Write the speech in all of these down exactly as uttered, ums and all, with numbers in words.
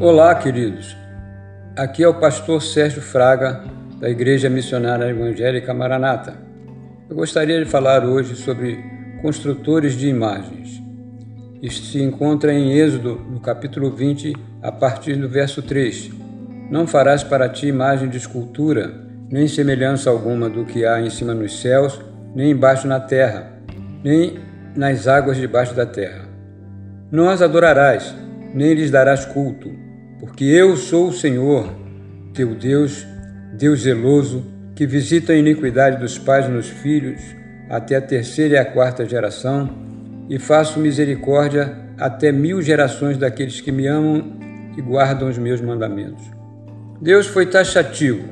Olá, queridos. Aqui é o pastor Sérgio Fraga, da Igreja Missionária Evangélica Maranata. Eu gostaria de falar hoje sobre construtores de imagens. Isto se encontra em Êxodo, no capítulo vinte, a partir do verso três. Não farás para ti imagem de escultura, nem semelhança alguma do que há em cima nos céus, nem embaixo na terra, nem nas águas debaixo da terra. Não as adorarás, nem lhes darás culto, porque eu sou o Senhor, teu Deus, Deus zeloso, que visita a iniquidade dos pais nos filhos, até a terceira e a quarta geração, e faço misericórdia até mil gerações daqueles que me amam e guardam os meus mandamentos. Deus foi taxativo.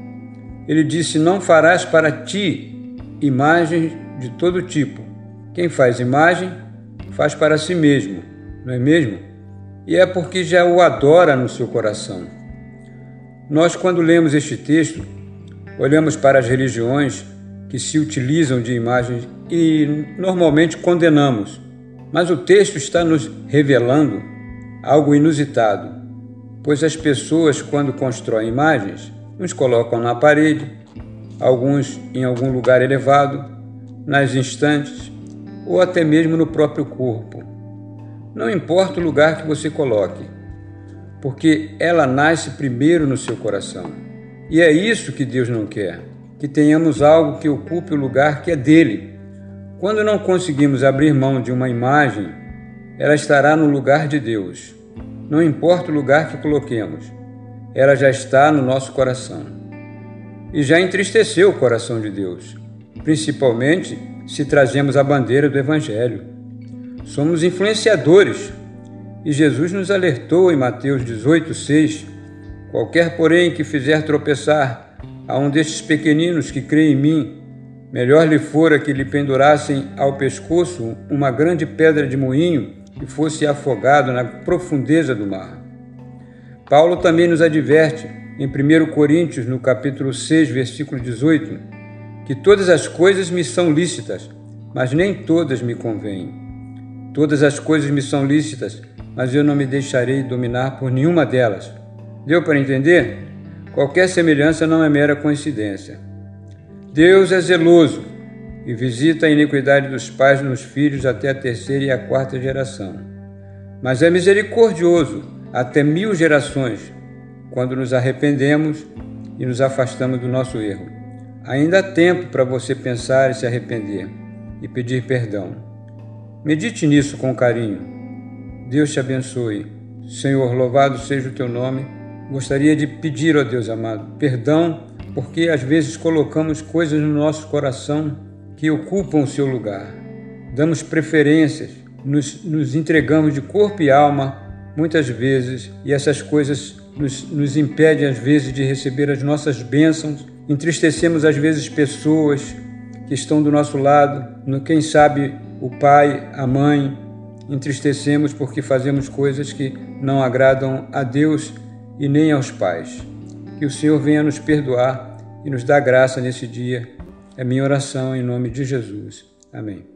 Ele disse: não farás para ti imagens de todo tipo. Quem faz imagem, faz para si mesmo, não é mesmo? E é porque já o adora no seu coração. Nós, quando lemos este texto, olhamos para as religiões que se utilizam de imagens e normalmente condenamos. Mas o texto está nos revelando algo inusitado, pois as pessoas, quando constroem imagens, uns colocam na parede, alguns em algum lugar elevado, nas estantes ou até mesmo no próprio corpo. Não importa o lugar que você coloque, porque ela nasce primeiro no seu coração. E é isso que Deus não quer, que tenhamos algo que ocupe o lugar que é dele. Quando não conseguimos abrir mão de uma imagem, ela estará no lugar de Deus. Não importa o lugar que coloquemos, ela já está no nosso coração. E já entristeceu o coração de Deus, principalmente se trazemos a bandeira do Evangelho. Somos influenciadores, e Jesus nos alertou em Mateus dezoito, seis, qualquer, porém, que fizer tropeçar a um destes pequeninos que crê em mim, melhor lhe fora que lhe pendurassem ao pescoço uma grande pedra de moinho e fosse afogado na profundeza do mar. Paulo também nos adverte, em primeiro Coríntios, no capítulo seis, versículo dezoito, que todas as coisas me são lícitas, mas nem todas me convêm. Todas as coisas me são lícitas, mas eu não me deixarei dominar por nenhuma delas. Deu para entender? Qualquer semelhança não é mera coincidência. Deus é zeloso e visita a iniquidade dos pais nos filhos até a terceira e a quarta geração. Mas é misericordioso até mil gerações, quando nos arrependemos e nos afastamos do nosso erro. Ainda há tempo para você pensar e se arrepender e pedir perdão. Medite nisso com carinho. Deus te abençoe. Senhor, louvado seja o teu nome. Gostaria de pedir, ó Deus amado, perdão, porque às vezes colocamos coisas no nosso coração que ocupam o seu lugar. Damos preferências, nos, nos entregamos de corpo e alma muitas vezes, e essas coisas nos, nos impedem às vezes de receber as nossas bênçãos. Entristecemos às vezes pessoas que estão do nosso lado, no, quem sabe o pai, a mãe. Entristecemos porque fazemos coisas que não agradam a Deus e nem aos pais. Que o Senhor venha nos perdoar e nos dar graça nesse dia. É minha oração em nome de Jesus. Amém.